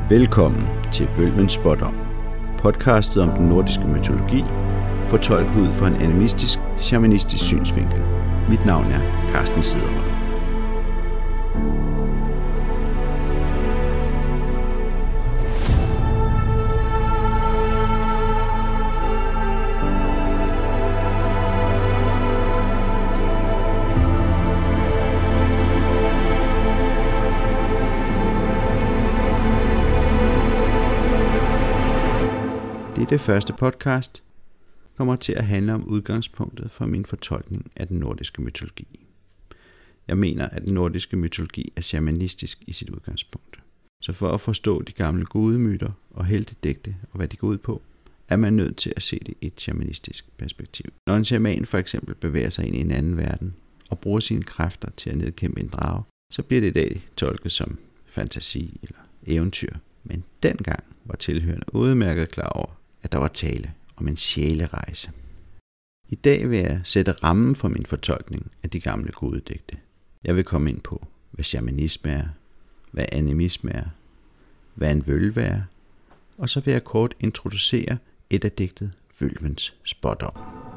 Velkommen til Vølvens Spådom, podcastet om den nordiske mytologi, fortolket ud fra en animistisk, shamanistisk synsvinkel. Mit navn er Carsten Sederholm. Det første podcast kommer til at handle om udgangspunktet for min fortolkning af den nordiske mytologi. Jeg mener, at den nordiske mytologi er shamanistisk i sit udgangspunkt. Så for at forstå de gamle gudemyter og heltedigte og hvad de går ud på, er man nødt til at se det i et shamanistisk perspektiv. Når en shaman for eksempel bevæger sig ind i en anden verden og bruger sine kræfter til at nedkæmpe en drage, så bliver det i dag tolket som fantasi eller eventyr. Men dengang var tilhørende udmærket klar over, at der var tale om en sjælerejse. I dag vil jeg sætte rammen for min fortolkning af de gamle gudedigte. Jeg vil komme ind på, hvad shamanisme er, hvad animisme er, hvad en vølve er, og så vil jeg kort introducere et af digtet Vølvens Spådom.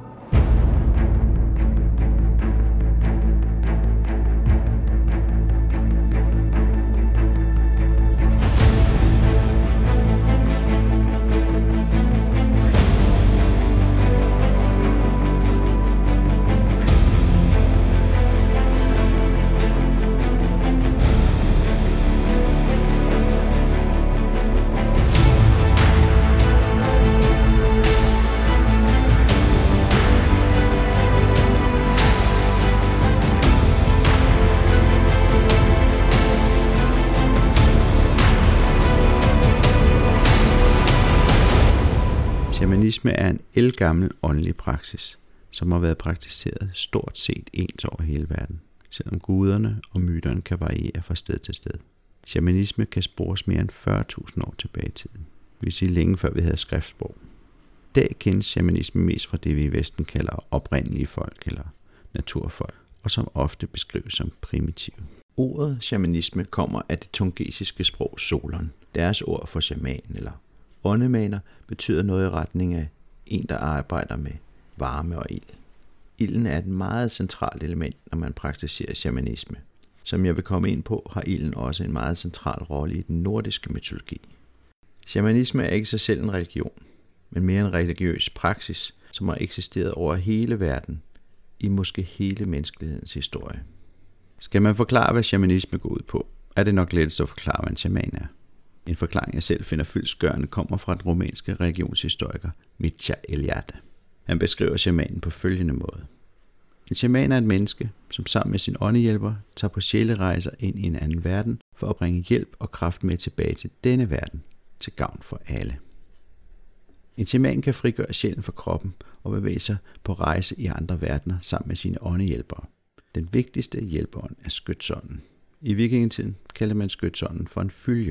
Shamanisme er en ældgammel åndelig praksis, som har været praktiseret stort set ens over hele verden, selvom guderne og myterne kan variere fra sted til sted. Shamanisme kan spores mere end 40.000 år tilbage i tiden, det vil sige længe før vi havde skriftsprog. I dag kendes shamanisme mest fra det, vi i Vesten kalder oprindelige folk eller naturfolk, og som ofte beskrives som primitive. Ordet shamanisme kommer af det tongesiske sprog Solon. Deres ord for shaman eller åndemaner betyder noget i retning af en, der arbejder med varme og ild. Ilden er et meget centralt element, når man praktiserer shamanisme. Som jeg vil komme ind på, har ilden også en meget central rolle i den nordiske mytologi. Shamanisme er ikke sig selv en religion, men mere en religiøs praksis, som har eksisteret over hele verden, i måske hele menneskelighedens historie. Skal man forklare, hvad shamanisme går ud på, er det nok lettest at forklare, hvad en shaman er. En forklaring, jeg selv finder fyldestgørende, kommer fra den rumænske religionshistoriker Mircea Eliade. Han beskriver shamanen på følgende måde. En shaman er et menneske, som sammen med sin åndehjælper tager på sjælerejser ind i en anden verden for at bringe hjælp og kraft med tilbage til denne verden, til gavn for alle. En shaman kan frigøre sjælen fra kroppen og bevæge sig på rejse i andre verdener sammen med sine åndehjælpere. Den vigtigste hjælpeånd er skytsånden. I vikingetiden kalder man skytsånden for en fylge.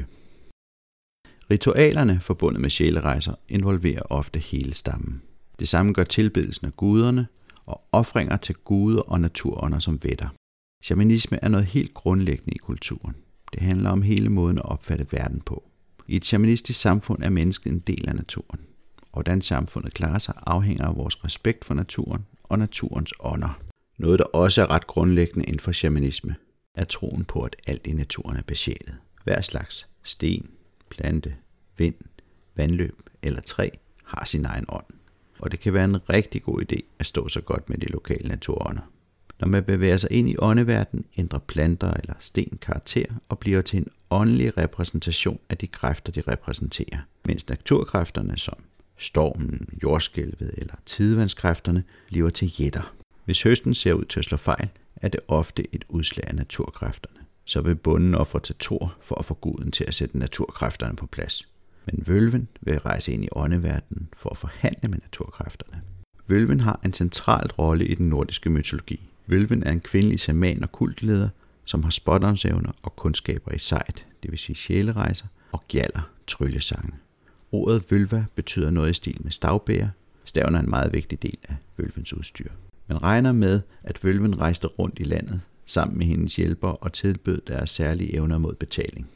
Ritualerne forbundet med sjælerejser involverer ofte hele stammen. Det samme gør tilbedelsen af guderne og ofringer til guder og naturånder som vætter. Shamanisme er noget helt grundlæggende i kulturen. Det handler om hele måden at opfatte verden på. I et shamanistisk samfund er mennesket en del af naturen. Og hvordan samfundet klarer sig afhænger af vores respekt for naturen og naturens ånder. Noget, der også er ret grundlæggende inden for shamanisme, er troen på, at alt i naturen er besjælet. Hver slags sten, plante, vind, vandløb eller træ har sin egen ånd. Og det kan være en rigtig god idé at stå så godt med de lokale naturånder. Når man bevæger sig ind i åndeverdenen, ændrer planter eller sten karakter og bliver til en åndelig repræsentation af de kræfter, de repræsenterer. Mens naturkræfterne som stormen, jordskælvet eller tidevandskræfterne bliver til jætter. Hvis høsten ser ud til at slå fejl, er det ofte et udslag af naturkræfterne. Så vil bonden ofre til Thor for at få guden til at sætte naturkræfterne på plads. Men vølven vil rejse ind i åndeverdenen for at forhandle med naturkræfterne. Vølven har en central rolle i den nordiske mytologi. Vølven er en kvindelig shaman og kultleder, som har spådomsevner og kundskaber i sejd, det vil sige sjælerejser, og gjalder, tryllesange. Ordet vølva betyder noget i stil med stavbærer. Staven er en meget vigtig del af vølvens udstyr. Man regner med, at vølven rejste rundt i landet sammen med hendes hjælpere og tilbød deres særlige evner mod betaling.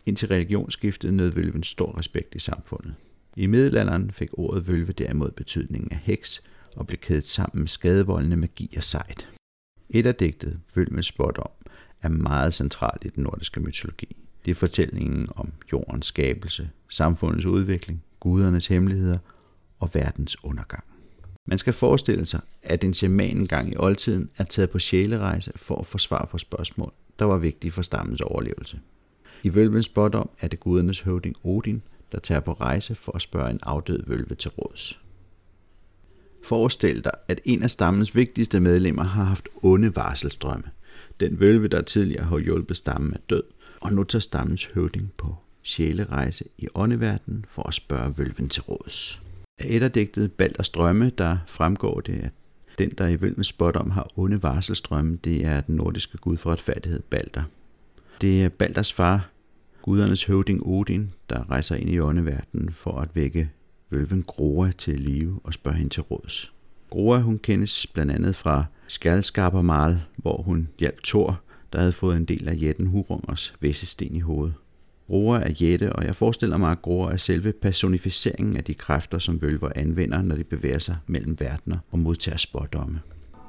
Indtil religionsskiftet nød vølven stor respekt i samfundet. I middelalderen fik ordet vølve derimod betydningen af heks og blev kædet sammen med skadevoldende magi og sejt. Eddadigtet Vølvens Spådom er meget centralt i den nordiske mytologi. Det er fortællingen om jordens skabelse, samfundets udvikling, gudernes hemmeligheder og verdens undergang. Man skal forestille sig, at en shaman engang i oldtiden er taget på sjælerejse for at få svar på spørgsmål, der var vigtige for stammens overlevelse. I Vølvens Spådom er det gudernes høvding Odin, der tager på rejse for at spørge en afdød vølve til råds. Forestil dig, at en af stammens vigtigste medlemmer har haft onde varselstrømme. Den vølve, der tidligere har hjulpet stammen, er død, og nu tager stammens høvding på sjælerejse i åndeverdenen for at spørge vølven til råds. Af eddadigtet Balders drømme, der fremgår det, at den, der i Vølvens Spådom har onde varselstrømme, det er den nordiske gud for retfærdighed, Balder. Det er Balders far, gudernes høvding Odin, der rejser ind i åndeverdenen for at vække vølven Groa til live og spørge hende til råds. Groa, hun kendes blandt andet fra Skjaldsskaparmal, hvor hun hjalp Thor, der havde fået en del af jætten Hurungers væssesten i hovedet. Groa er jætte, og jeg forestiller mig, at Groa er selve personificeringen af de kræfter, som vølver anvender, når de bevæger sig mellem verdener og modtager spådomme.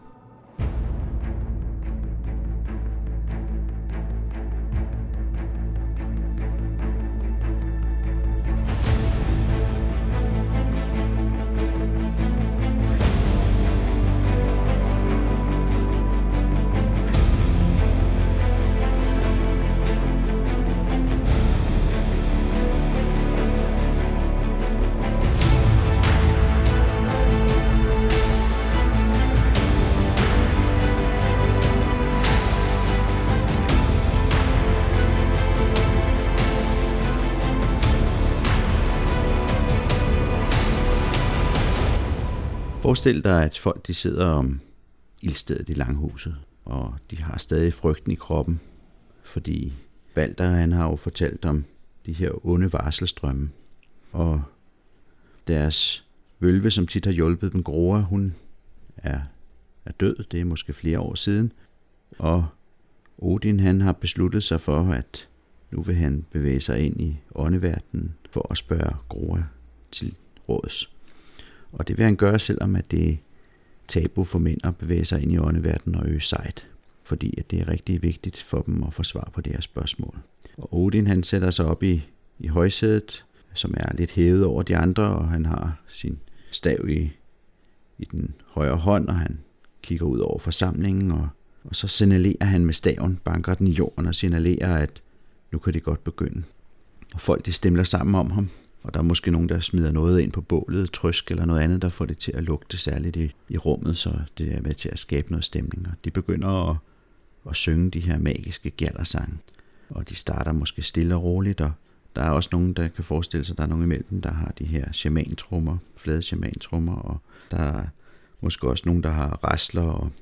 Forestil dig, at folk de sidder om ildstedet i langhuset, og de har stadig frygten i kroppen, fordi Balder han har jo fortalt om de her onde varselstrømme, og deres vølve, som tit har hjulpet dem, Groa, hun er død, det er måske flere år siden, og Odin han har besluttet sig for, at nu vil han bevæge sig ind i åndeverdenen for at spørge Groa til råds. Og det vil han gøre, selvom at det er tabu for mænd at bevæge sig ind i åndeverdenen og øge sejt, fordi at det er rigtig vigtigt for dem at få svar på det her spørgsmål. Og Odin han sætter sig op i højsædet, som er lidt hævet over de andre, og han har sin stav i den højre hånd, og han kigger ud over forsamlingen, og så signalerer han med staven, banker den i jorden og signalerer, at nu kan det godt begynde. Og folk de stemler sammen om ham, og der er måske nogen, der smider noget ind på bålet, trysk eller noget andet, der får det til at lugte særligt i rummet, så det er med til at skabe noget stemning. Og de begynder at synge de her magiske gjallersange, og de starter måske stille og roligt, og der er også nogen, der kan forestille sig, at der er nogen imellem dem, der har de her shamantrummer, flade shamantrummer, og der er måske også nogen, der har rasler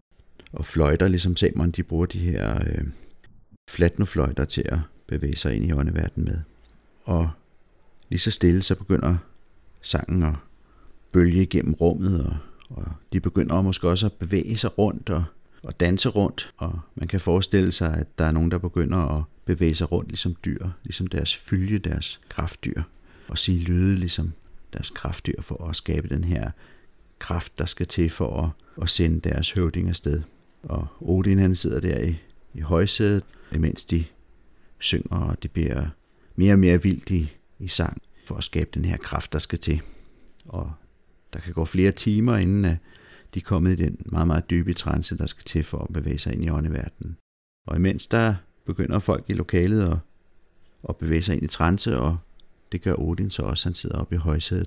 og fløjter, ligesom samerne, de bruger de her flatnofløjter til at bevæge sig ind i åndeverdenen med. Og lige så stille, så begynder sangen at bølge igennem rummet, og de begynder måske også at bevæge sig rundt og danse rundt, og man kan forestille sig, at der er nogen, der begynder at bevæge sig rundt ligesom dyr, ligesom deres fylge, deres kraftdyr, og sige lyde ligesom deres kraftdyr for at skabe den her kraft, der skal til for at sende deres høvding afsted. Og Odin han sidder der i højsædet, mens de synger, og det bliver mere og mere vildt i sang for at skabe den her kraft, der skal til. Og der kan gå flere timer, inden de er kommet i den meget, meget dybe trance, der skal til for at bevæge sig ind i åndeverdenen. Og imens der begynder folk i lokalet at bevæge sig ind i trance, og det gør Odin så også. Han sidder oppe i højsædet.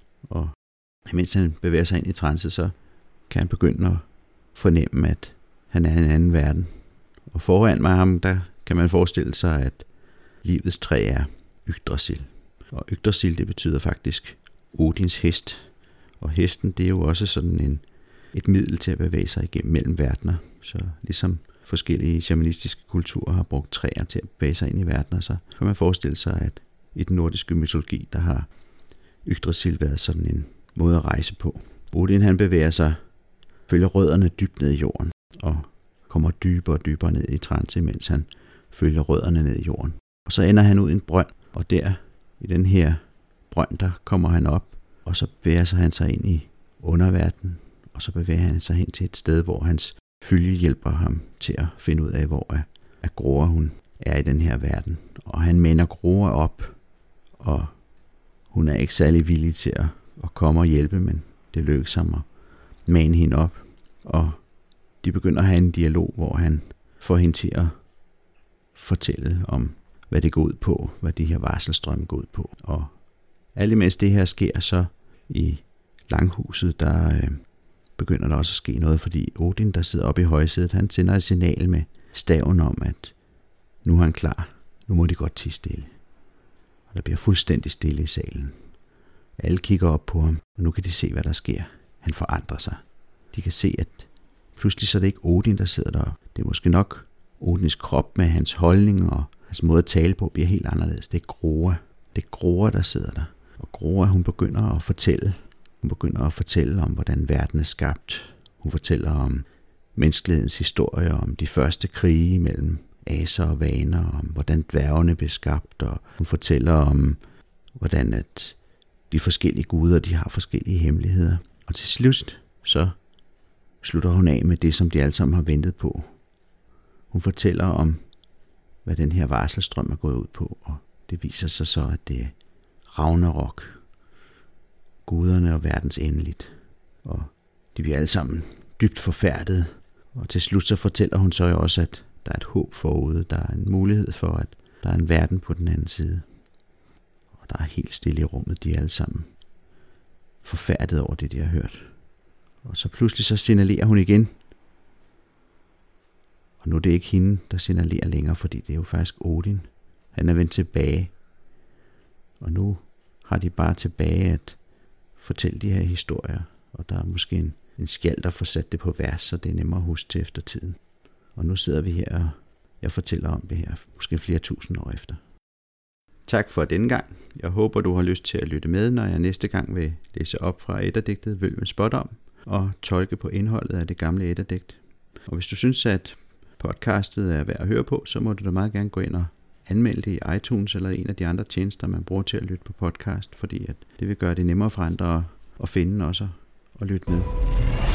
Og imens han bevæger sig ind i trance, så kan han begynde at fornemme, at han er i en anden verden. Og foran mig ham, der kan man forestille sig, at livets træ er Yggdrasil. Og Yggdrasil, det betyder faktisk Odins hest. Og hesten, det er jo også sådan et middel til at bevæge sig igennem mellem verdener. Så ligesom forskellige shamanistiske kulturer har brugt træer til at bevæge sig ind i verdener, så kan man forestille sig, at i den nordiske mytologi, der har Yggdrasil været sådan en måde at rejse på. Odin han bevæger sig, følger rødderne dybt ned i jorden, og kommer dybere og dybere ned i trance, mens han følger rødderne ned i jorden. Og så ender han ud i en brønd, og der i den her brønd, der kommer han op, og så bevæger han sig ind i underverdenen, og så bevæger han sig hen til et sted, hvor hans følge hjælper ham til at finde ud af, hvor at Groa hun er i den her verden. Og han minder Groa op, og hun er ikke særlig villig til at komme og hjælpe, men det lykkes ham at mane hende op. Og de begynder at have en dialog, hvor han får hende til at fortælle om, hvad det går ud på, hvad de her varselstrømme går ud på. Og alt imens det her sker, så i langhuset, der begynder der også at ske noget, fordi Odin, der sidder oppe i højsædet, han sender et signal med staven om, at nu er han klar. Nu må de godt tie stille. Og der bliver fuldstændig stille i salen. Alle kigger op på ham, og nu kan de se, hvad der sker. Han forandrer sig. De kan se, at pludselig så er det ikke Odin, der sidder der. Det er måske nok Odins krop med hans holdning og hans måde at tale på bliver helt anderledes. Det er Groa. Det er Groa, der sidder der. Og Groa, hun begynder at fortælle. Hun begynder at fortælle om, hvordan verden er skabt. Hun fortæller om menneskelighedens historie, om de første krige mellem aser og vaner, om hvordan dværgene blev skabt, og hun fortæller om, hvordan at de forskellige guder, de har forskellige hemmeligheder. Og til slut, så slutter hun af med det, som de alle sammen har ventet på. Hun fortæller om, hvad den her varselstrøm er gået ud på, og det viser sig så, at det er Ragnarok, guderne og verdens endeligt. Og de bliver alle sammen dybt forfærdede. Og til slut så fortæller hun så også, at der er et håb forude. Der er en mulighed for, at der er en verden på den anden side. Og der er helt stille i rummet. De er alle sammen forfærdet over det, de har hørt. Og så pludselig så signalerer hun igen. Og nu er det ikke hende, der signalerer længere, fordi det er jo faktisk Odin. Han er vendt tilbage. Og nu har de bare tilbage at fortælle de her historier. Og der er måske en skjald, der får sat det på vers, så det er nemmere at huske til eftertiden. Og nu sidder vi her, og jeg fortæller om det her, måske flere tusind år efter. Tak for denne gang. Jeg håber, du har lyst til at lytte med, når jeg næste gang vil læse op fra eddadigtet Vølvens Spådom og tolke på indholdet af det gamle eddadigt. Og hvis du synes, at podcastet er værd at høre på, så må du da meget gerne gå ind og anmelde det i iTunes eller en af de andre tjenester, man bruger til at lytte på podcast, fordi at det vil gøre det nemmere for andre at finde også og lytte med.